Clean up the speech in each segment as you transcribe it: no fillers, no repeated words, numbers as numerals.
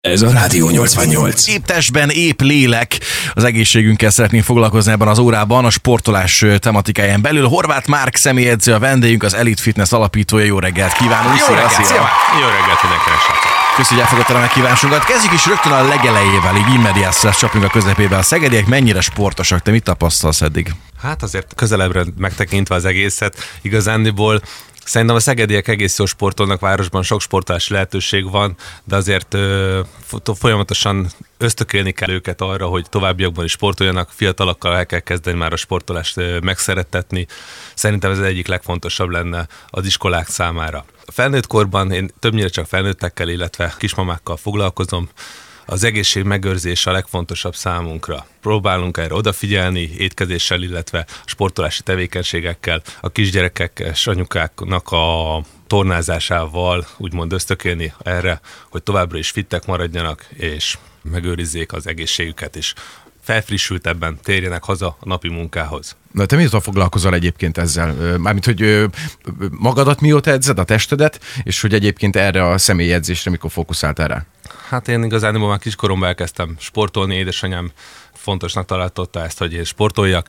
Ez a Rádió 88. Épp testben, épp lélek. Az egészségünkkel szeretnénk foglalkozni ebben az órában, a sportolás tematikáján belül. Horváth Márk személyedző a vendégünk, az Elite Fitness alapítója. Jó reggelt kívánunk! Jó reggelt mindenkinek! Köszönjük, hogy elfogadtad a megkívásunkat. Kezdjük is rögtön a legelejével, így immediással csapjunk a közepébe. A szegediek mennyire sportosak? Te mit tapasztalsz eddig? Hát azért közelebbre megtekintve az egészet, igazándiból szerintem a szegediek egész jól sportolnak, városban sok sportolási lehetőség van, de azért folyamatosan ösztökélni kell őket arra, hogy továbbiakban is sportoljanak, fiatalokkal el kell kezdeni már a sportolást megszerettetni. Szerintem ez az egyik legfontosabb lenne az iskolák számára. A felnőtt korban én többnyire csak felnőttekkel, illetve kismamákkal foglalkozom. Az egészség megőrzése a legfontosabb számunkra. Próbálunk erre odafigyelni, étkezéssel, illetve sportolási tevékenységekkel, a kisgyerekek és anyukáknak a tornázásával úgymond ösztökélni erre, hogy továbbra is fittek maradjanak, és megőrizzék az egészségüket is. Felfrissültebben térjenek haza a napi munkához. Na, te mióta foglalkozol egyébként ezzel? Mármint, hogy magadat mióta edzed, a testedet, és hogy egyébként erre a személyedzésre mikor fókuszáltál rá? Hát én igazán már kiskoromban elkezdtem sportolni, édesanyám fontosnak találtotta ezt, hogy én sportoljak,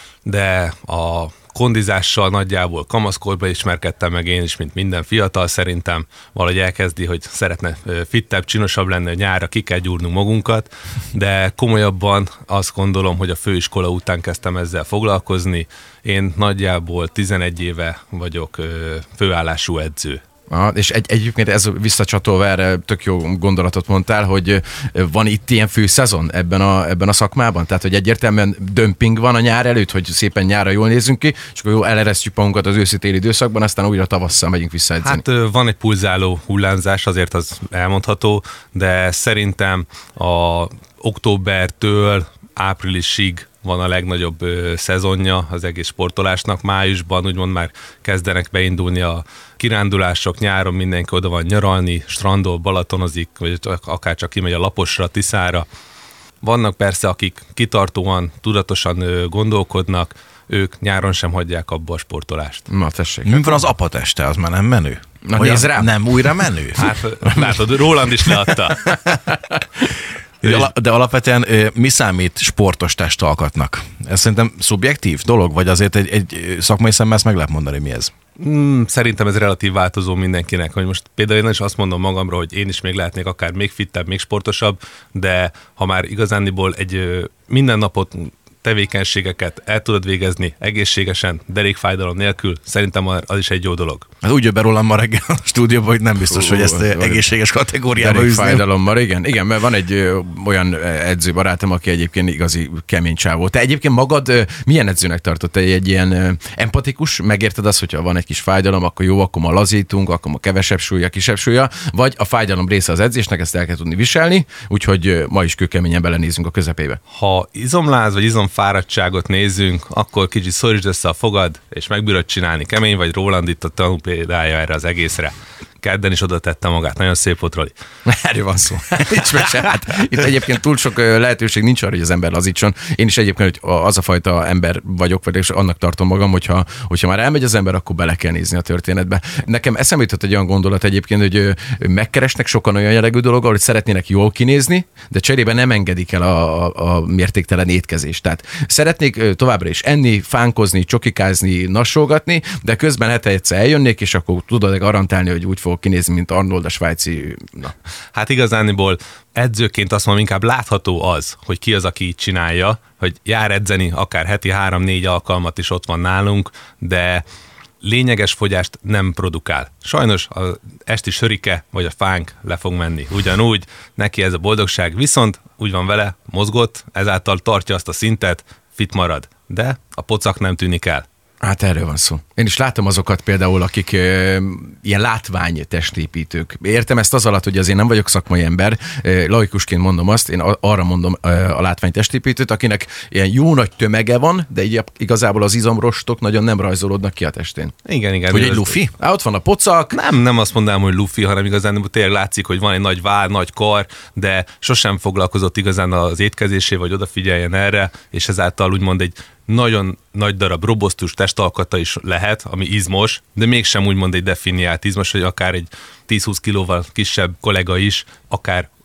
de a kondizással nagyjából kamaszkorban ismerkedtem meg én is, mint minden fiatal szerintem. Valahogy elkezdi, hogy szeretne fittebb, csinosabb lenni, hogy nyárra ki kell gyúrnunk magunkat, de komolyabban azt gondolom, hogy a főiskola után kezdtem ezzel foglalkozni. Én nagyjából 11 éve vagyok főállású edző. Aha, és egyébként ez visszacsatolva erre tök jó gondolatot mondtál, hogy van itt ilyen főszezon ebben a szakmában? Tehát, hogy egyértelműen dömping van a nyár előtt, hogy szépen nyárra jól nézzünk ki, és akkor jó eleresztjük magunkat az őszi-téli időszakban, aztán újra tavasszal megyünk vissza edzeni. Hát van egy pulzáló hullámzás, azért az elmondható, de szerintem a októbertől áprilisig van a legnagyobb szezonja az egész sportolásnak. Májusban úgymond már kezdenek beindulni a kirándulások, nyáron mindenki oda van nyaralni, strandol, balatonozik, vagy akár csak kimegy a Laposra, Tiszára. Vannak persze, akik kitartóan, tudatosan gondolkodnak, ők nyáron sem hagyják abba a sportolást. Na tessék. Mi van az apateste, az már nem menő? Na nézd rám. Nem újra menő? Hát látod, Roland is leadta. De alapvetően mi számít sportos testalkatnak? Ez szerintem szubjektív dolog, vagy azért egy szakmai szemmel ezt meg lehet mondani, mi ez? Szerintem ez relatív változó mindenkinek, hogy most például én is azt mondom magamra, hogy én is még lehetnék akár még fittebb, még sportosabb, de ha már igazániból egy mindennapot tevékenységeket el tudod végezni egészségesen, derékfájdalom nélkül, szerintem az is egy jó dolog. Hát úgy jön be rólam ma reggel a stúdióban, hogy nem biztos, hogy ezt egészséges kategóriába üzném. Derékfájdalommal, igen, mert van egy olyan edzőbarátom, aki egyébként igazi kemény csávó. Te egyébként magad milyen edzőnek tartott? Egy ilyen empatikus, megérted azt, hogyha van egy kis fájdalom, akkor jó, akkor ma lazítunk, akkor ma kevesebb súlya, kisebb súlya, vagy a fájdalom része az edzésnek, ezt el kell tudni viselni, úgyhogy ma is kőkeményen belenézünk a közepébe. Ha izomláz vagy izomfáradtságot nézzünk, akkor kicsit szorítsd össze a fogad, és megbírod csinálni. Kemény vagy, Roland itt a tanú példája erre az egészre. Kedden is oda tette magát. Nagyon szép volt, Roli. Erről van szó. Hát, itt egyébként túl sok lehetőség nincs arra, hogy az ember lazítson. Én is egyébként hogy az a fajta ember vagyok, és annak tartom magam, hogyha már elmegy az ember, akkor bele kell nézni a történetbe. Nekem eszembe jutott egy olyan gondolat egyébként, hogy megkeresnek sokan olyan jellegű dologgal, hogy szeretnének jól kinézni, de cserébe nem engedik el a mértéktelen étkezést. Tehát szeretnék továbbra is enni, fánkozni, csokikázni, nassolgatni, de közben hete egyszer eljönnék, és akkor tudod garantálni, hogy úgy fog kinézni, mint Arnold a svájci. Na. Hát igazániból edzőként azt mondom, inkább látható az, hogy ki az, aki így csinálja, hogy jár edzeni, akár heti 3-4 alkalmat is ott van nálunk, de lényeges fogyást nem produkál. Sajnos az esti sörike vagy a fánk le fog menni. Ugyanúgy neki ez a boldogság, viszont úgy van vele, mozgott, ezáltal tartja azt a szintet, fit marad, de a pocak nem tűnik el. Hát erről van szó. Én is látom azokat például, akik ilyen látvány testépítők. Értem ezt az alatt, hogy azért nem vagyok szakmai ember, laikusként mondom azt, én arra mondom a látvány testépítőt, akinek ilyen jó nagy tömege van, de így igazából az izomrostok nagyon nem rajzolódnak ki a testén. Igen. Hogy egy lufi? Ott van a pocak. Nem azt mondanám, hogy lufi, hanem igazán tényleg látszik, hogy van egy nagy váll, nagy kar, de sosem foglalkozott igazán az étkezésével, vagy odafigyeljen erre, és ezáltal úgymond egy nagyon nagy darab robosztus testalkata is lehet, ami izmos, de mégsem úgymond egy definiált izmos, hogy akár egy 10-20 kilóval kisebb kollega is, akár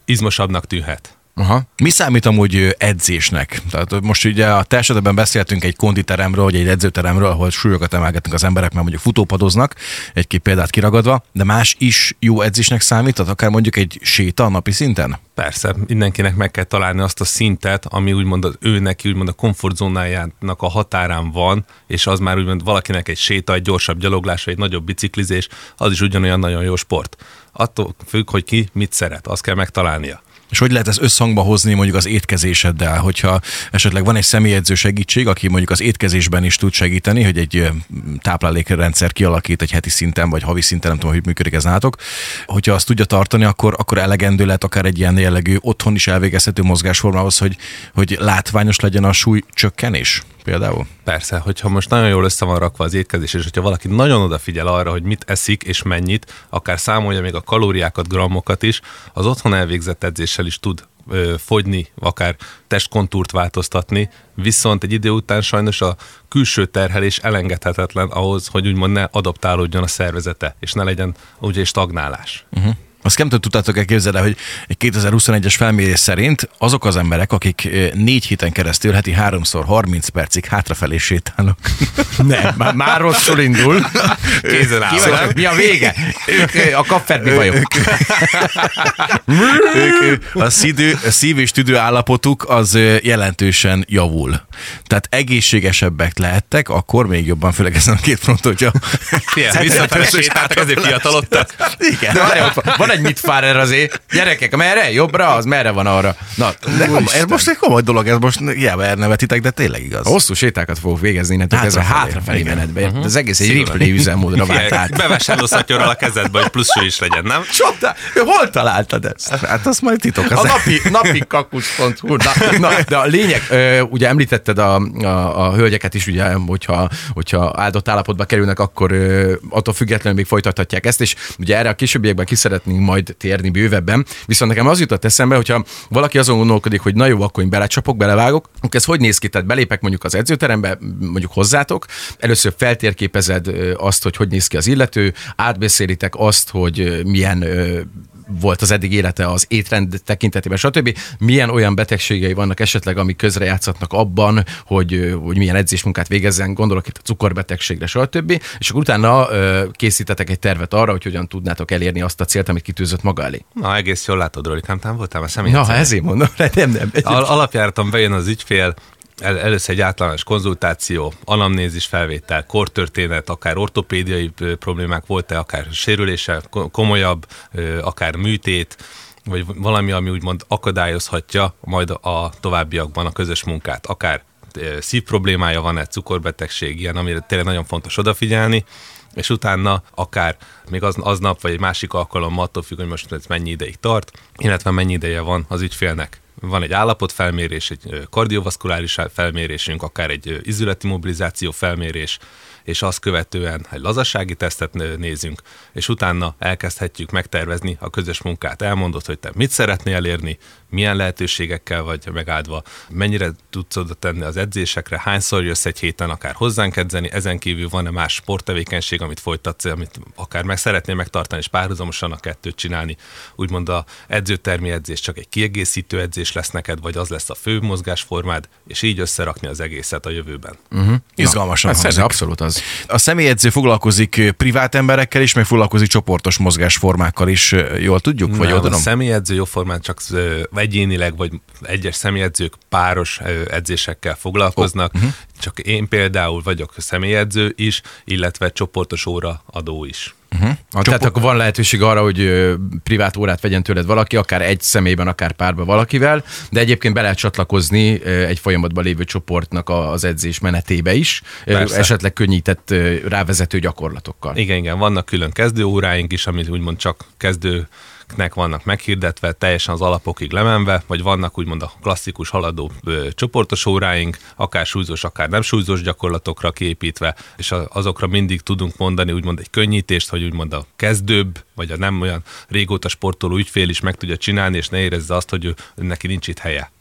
izmosabbnak tűnhet. Aha. Mi számít amúgy edzésnek? Tehát most ugye a te esetben beszéltünk egy konditeremről, vagy egy edzőteremről, ahol súlyokat emelgetnek az emberek, mert mondjuk futópadoznak, egy-két példát kiragadva, de más is jó edzésnek számít, tehát akár mondjuk egy séta napi szinten? Persze, mindenkinek meg kell találni azt a szintet, ami úgymond az ő neki, úgymond a komfortzónájának a határán van, és az már úgymond valakinek egy séta, egy gyorsabb gyaloglás, vagy egy nagyobb biciklizés, az is ugyanolyan nagyon jó sport. Attól függ, hogy ki mit szeret, azt kell megtalálnia. És hogy lehet ezt összhangba hozni mondjuk az étkezéseddel, hogyha esetleg van egy személyedző segítség, aki mondjuk az étkezésben is tud segíteni, hogy egy táplálékrendszer kialakít egy heti szinten, vagy havi szinten, nem tudom, hogy működik ez nálatok. Hogyha azt tudja tartani, akkor elegendő lehet akár egy ilyen jellegű otthon is elvégezhető mozgásformához, hogy látványos legyen a súly csökkenés például? Persze, hogyha most nagyon jól össze van rakva az étkezés, és hogyha valaki nagyon odafigyel arra, hogy mit eszik és mennyit, akár számolja még a kalóriákat, grammokat is, az otthon elvégzett edzéssel is tud fogyni, akár testkontúrt változtatni, viszont egy idő után sajnos a külső terhelés elengedhetetlen ahhoz, hogy úgymond ne adaptálódjon a szervezete, és ne legyen ugye stagnálás. Uh-huh. Azt nem tudtátok-e képzelni, hogy egy 2021-es felmérés szerint azok az emberek, akik 4 héten keresztül heti 3-szor 30 percig hátrafelé sétálnak. Nem, már rosszul indul. Kézen áll. Mi a vége? Ők a kapferbi vagyok. A szív- és tüdő állapotuk az jelentősen javul. Tehát egészségesebbek lehettek, akkor még jobban, főleg ezen a két fronton, hogyha... Visszafelé sétáltak, ezért fiatalodtak. Igen. Van egy mitfárer azért. Gyerekek, merre? Jobbra? Az merre van arra? Na, ez most egy komoly dolog, ez most hiába elnevetitek, de tényleg igaz. Hosszú sétákat fogok végezni, innentől kezdve hátrafelé menetbe. Az egész egy replay üzemmódra vált át. Bevásárlószatyorral a kezedbe, hogy plusz is legyen, nem? Csodál! Hol találtad ezt? Hát azt majd titok. A napi kakusz.hu. Na, de a lényeg, ugye említetted a hölgyeket is, ugye, hogyha áldott állapotba kerülnek, akkor attól függetlenül még folytathatják ezt, és ugye erre a későbbiekben ki szeretnénk majd térni bővebben. Viszont nekem az jutott eszembe, hogyha valaki azon gondolkodik, hogy na jó, akkor én belecsapok, belevágok, akkor ez hogy néz ki? Tehát belépek mondjuk az edzőterembe, mondjuk hozzátok, először feltérképezed azt, hogy néz ki az illető, átbeszélitek azt, hogy milyen volt az eddig élete az étrend tekintetében, stb. Milyen olyan betegségei vannak esetleg, amik közrejátszhatnak abban, hogy milyen edzésmunkát végezzen, gondolok itt a cukorbetegségre, stb. És akkor utána készítetek egy tervet arra, hogy hogyan tudnátok elérni azt a célt, amit kitűzött maga elé. Na, egész jól látod, Rolikám, nem voltál már személyedző? Na, ezért mondom, nem. Alapjáraton bejön az ügyfél, először egy általános konzultáció, anamnézis felvétel, kortörténet, akár ortopédiai problémák volt-e, akár sérülése, komolyabb, akár műtét, vagy valami, ami úgymond akadályozhatja majd a továbbiakban a közös munkát, akár szívproblémája van-e, cukorbetegség, ilyen, amire tényleg nagyon fontos odafigyelni, és utána akár még aznap, vagy egy másik alkalommal, attól függ, hogy most ez mennyi ideig tart, illetve mennyi ideje van az ügyfélnek. Van egy állapotfelmérés, egy kardiovaszkuláris felmérésünk, akár egy izületi mobilizáció felmérés, és azt követően egy lazassági tesztet nézünk, és utána elkezdhetjük megtervezni a közös munkát. Elmondod, hogy te mit szeretnél elérni, milyen lehetőségekkel vagy megáldva, mennyire tudsz oda tenni az edzésekre, hányszor jössz egy héten akár hozzánk edzeni, ezen kívül van-e más sporttevékenység, amit folytatsz, amit akár meg szeretnél megtartani, és párhuzamosan a kettőt csinálni. Úgymond a edzőtermi edzés csak egy kiegészítő edzés lesz neked, vagy az lesz a fő mozgásformád, és így összerakni az egészet a jövőben. Izgalmasan hangzik. Abszolút az. A személyedző foglalkozik privát emberekkel is, meg foglalkozik csoportos mozgásformákkal is, jól tudjuk? Vagy a személyedző jóformán csak egyénileg, vagy egyes személyedzők páros edzésekkel foglalkoznak, csak én például vagyok személyedző is, illetve csoportos óra adó is. Tehát akkor van lehetőség arra, hogy privát órát vegyen tőled valaki, akár egy személyben, akár párba valakivel, de egyébként be lehet csatlakozni egy folyamatban lévő csoportnak az edzés menetébe is, esetleg könnyített rávezető gyakorlatokkal. Igen, vannak külön kezdőóráink is, amit úgymond csak kezdőknek vannak meghirdetve, teljesen az alapokig lemenve, vagy vannak úgymond a klasszikus haladó csoportos óráink, akár súlyzós, akár nem súlyzós gyakorlatokra kiépítve, és azokra mindig tudunk mondani úgymond egy könnyítést, hogy úgymond a kezdőbb, vagy a nem olyan régóta sportoló ügyfél is meg tudja csinálni, és ne érezze azt, hogy neki nincs itt helye.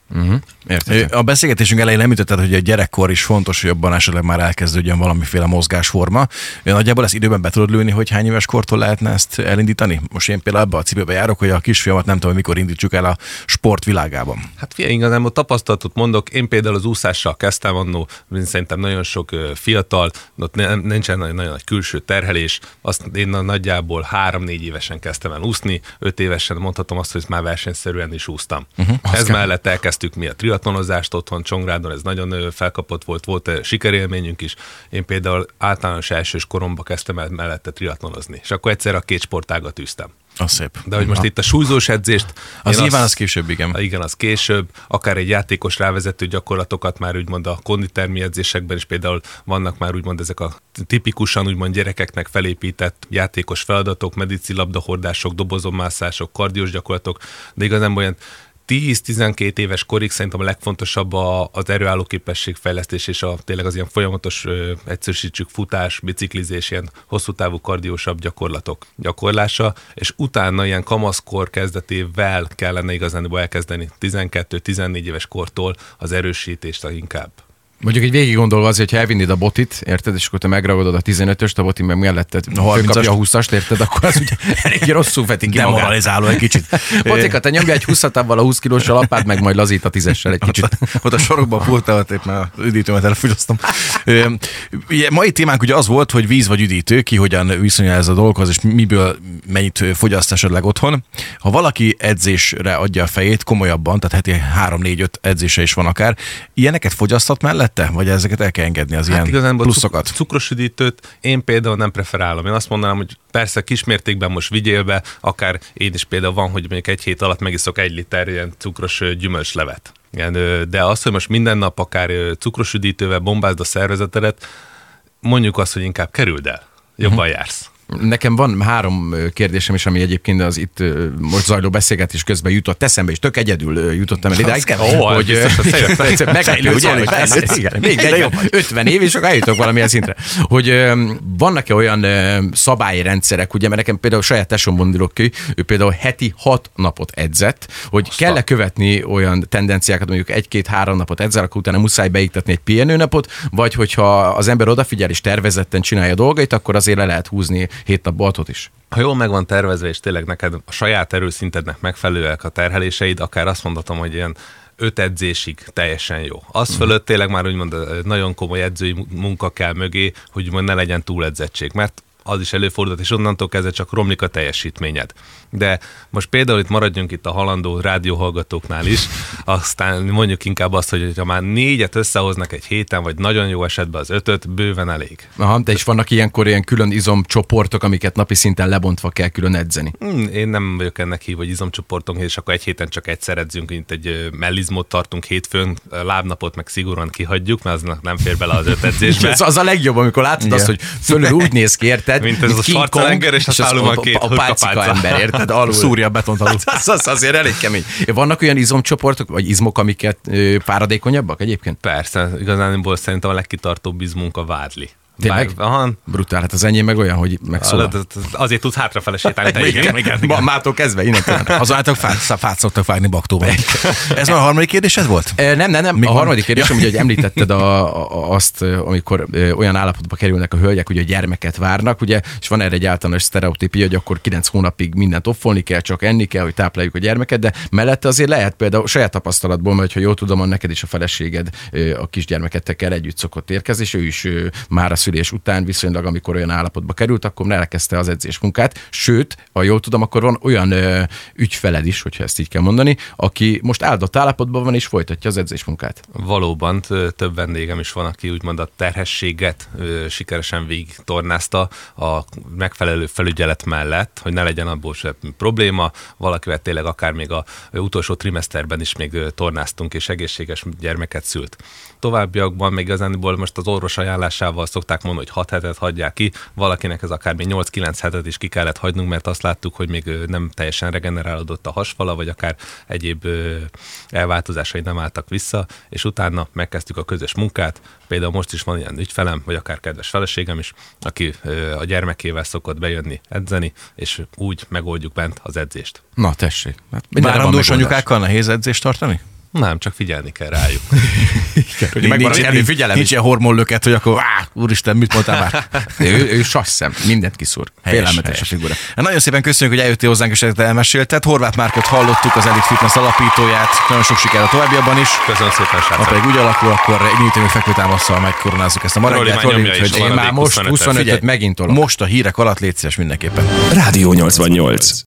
A beszélgetésünk elején említetted, hogy a gyerekkor is fontos, hogy jobban esetleg már elkezdődjön valamiféle mozgásforma. Nagyjából ezt időben be tudod lőni, hogy hány éves kortól lehetne ezt elindítani? Most én például abba a cipőbe járok, hogy a kisfiamat nem tudom, mikor indítsuk el a sport világában. Hát figyelj, igazából tapasztalatot mondok, én például az úszással kezdtem annó, szerintem nagyon sok fiatal, ott nincsen nagyon nagy külső terhelés, azt én nagyjából 3-4 évesen kezdtem el úszni, 5 évesen mondhatom azt, hogy már versenyszerűen is úsztam. Ez mellett elkezdtük mi a triatlonozást otthon Csongrádon, ez nagyon felkapott volt sikerélményünk is. Én például általános elsős koromban kezdtem el mellette triatlonozni, és akkor egyszer a 2 sportágat űztem. Az szép. De hogy most itt a súlyzós edzést... Az nyilván az később, igen. Igen, az később. Akár egy játékos rávezető gyakorlatokat már úgymond a konditermi edzésekben is például vannak már úgymond ezek a tipikusan úgymond gyerekeknek felépített játékos feladatok, medicilabdahordások, dobozonmászások, kardiós gyakorlatok, de igazán olyan 10-12 éves korig szerintem a legfontosabb az erőálló képességfejlesztés és tényleg az ilyen folyamatos, egyszerűsítsük, futás, biciklizés, ilyen hosszú távú kardiósabb gyakorlatok gyakorlása, és utána ilyen kamaszkor kezdetével kellene igazán elkezdeni 12-14 éves kortól az erősítést inkább. Mondjuk egy végig gondolva azért, hogyha elvinnéd a botit, érted, és akkor te megragadod a 15-öst, a botin meg melletted fölkapja a 20-ast, érted, akkor az ugye elég rosszul veti ki magát. Demoralizáló egy kicsit. Botika, te nyomja egy 20-atával a 20 kilós apád, meg majd lazít a 10-essel egy kicsit. Ott a sorokban pultálvat, épp már az üdítőmet elfogyasztom. Mai témánk ugye az volt, hogy víz vagy üdítő, ki hogyan viszonyul ez a dolghoz, és miből mennyit fogyaszt esetleg otthon. Ha valaki edzésre adja a fejét komolyabban, tehát heti 3-4-5 edzése is van akár, ilyeneket fogyasztat mellett? Vagy ezeket el kell engedni, az ilyen pluszokat? Cukros üdítőt én például nem preferálom. Én azt mondanám, hogy persze kismértékben most vigyél be, akár én is például van, hogy mondjuk egy hét alatt megiszok 1 liter ilyen cukros gyümölcslevet. De az, hogy most minden nap akár cukros üdítővel bombázd a szervezetedet, mondjuk azt, hogy inkább kerüld el. Jobban jársz. Nekem van 3 kérdésem is, ami egyébként az itt most zajló beszélgetés közben jutott eszembe, és tök egyedül jutottam el idáig, hogy meglepő, ugye, még 50 év, és akkor eljutok valamilyen szintre. Hogy vannak-e olyan szabályrendszerek, ugye, mert nekem például saját tesóm mondulok ki, ő például heti 6 napot edzett, hogy kell-e követni olyan tendenciákat, mondjuk 1-2-3 napot edzel, akkor utána muszáj beiktatni egy pihenőnapot, vagy hogyha az ember odafigyel és tervezetten csinálja dolgait, akkor azért le lehet húzni 7 nap boltot is. Ha jól meg van tervezve, és tényleg neked a saját erőszintednek megfelelőek a terheléseid, akár azt mondhatom, hogy ilyen 5 edzésig teljesen jó. Az fölött tényleg már úgymond nagyon komoly edzői munka kell mögé, hogy úgymond ne legyen túledzettség, mert az is előfordult, és onnantól kezdve csak romlik a teljesítményed. De most például itt maradjunk itt a halandó rádióhallgatóknál is, aztán mondjuk inkább azt, hogy ha már 4-et összehoznak egy héten, vagy nagyon jó esetben az 5-öt, bőven elég. Aha, de is vannak ilyenkor ilyen külön izomcsoportok, amiket napi szinten lebontva kell külön edzeni. Én nem vagyok ennek hívva, hogy izomcsoportunk, és akkor egy héten csak egyszer edzünk, mint egy mellizmot tartunk hétfőn, lábnapot meg szigorúan kihagyjuk, mert az nem fér bele az 5 edzésbe. Az a legjobb, amikor látod azt, hogy fölül úgy néz ki, érted? Mint ez a Schwarzenegger, és az alul van 2 pálcika ember, érted? Alul. Szúrja a betont alul. Az azért elég kemény. Vannak olyan izomcsoportok, vagy izmok, amiket fáradékonyabbak egyébként? Persze, igazából szerintem a legkitartóbb izmunk a vádli. Tényleg? Brutál, hát az enyém meg olyan, hogy megszólal. Azért tudsz hátrafele sétálni. Igen. Mától kezdve, innentől. Azonáltal fát szoktak vágni baktóban. Ez már a harmadik kérdésed volt? Nem. A harmadik kérdésem, ugye, hogy említetted azt, amikor olyan állapotba kerülnek a hölgyek, ugye, hogy gyermeket várnak, ugye, és van erre egy általános sztereotípia, hogy akkor 9 hónapig mindent offolni kell, csak enni kell, hogy tápláljuk a gyermeket, de mellette azért lehet például saját tapasztalatból, mert ha jól tudom, neked is a feleséged a kisgyermekettekkel együtt szokott érkezni, és ő is már a szülés után viszonylag, amikor olyan állapotba került, akkor elkezdte az edzésmunkát. Sőt, ha jól tudom, akkor van olyan ügyfeled is, hogyha ezt így kell mondani, aki most áldott állapotban van és folytatja az edzésmunkát. Valóban több vendégem is van, aki úgymond a terhességet sikeresen végig tornázta a megfelelő felügyelet mellett, hogy ne legyen abból sem probléma. Valakivel tényleg akár még az utolsó trimeszterben is még tornáztunk, és egészséges gyermeket szült. Továbbiakban még igazából most az orvos ajánlásával szokták mondani, hogy 6 hetet hagyják ki, valakinek ez akár még 8-9 hetet is ki kellett hagynunk, mert azt láttuk, hogy még nem teljesen regenerálódott a hasfala, vagy akár egyéb elváltozásai nem álltak vissza, és utána megkezdtük a közös munkát. Például most is van ilyen ügyfelem, vagy akár kedves feleségem is, aki a gyermekével szokott bejönni edzeni, és úgy megoldjuk bent az edzést. Na tessék. Várandós anyukákkal nehéz edzést tartani? Nem, csak figyelni kell rájuk. Nincs ilyen hormonlöket, hogy akkor úristen, mit mondtál már? ő sasszem, mindent kiszúr. Félelmetes a figura. Nagyon szépen köszönjük, hogy eljöttél hozzánk, és elmesélted. Horváth Márkot hallottuk, az Elite Fitness alapítóját. Nagyon sok siker a továbbiakban is. Köszönöm szépen, srácok. Ha pedig úgy alakul, akkor egy nyújtani fekvőtámasszal megkoronázzuk ezt a ma reggelt. Én már most 25-öt megint tolok. Most a hírek alatt légy szíves mindenképpen. Rádió 88.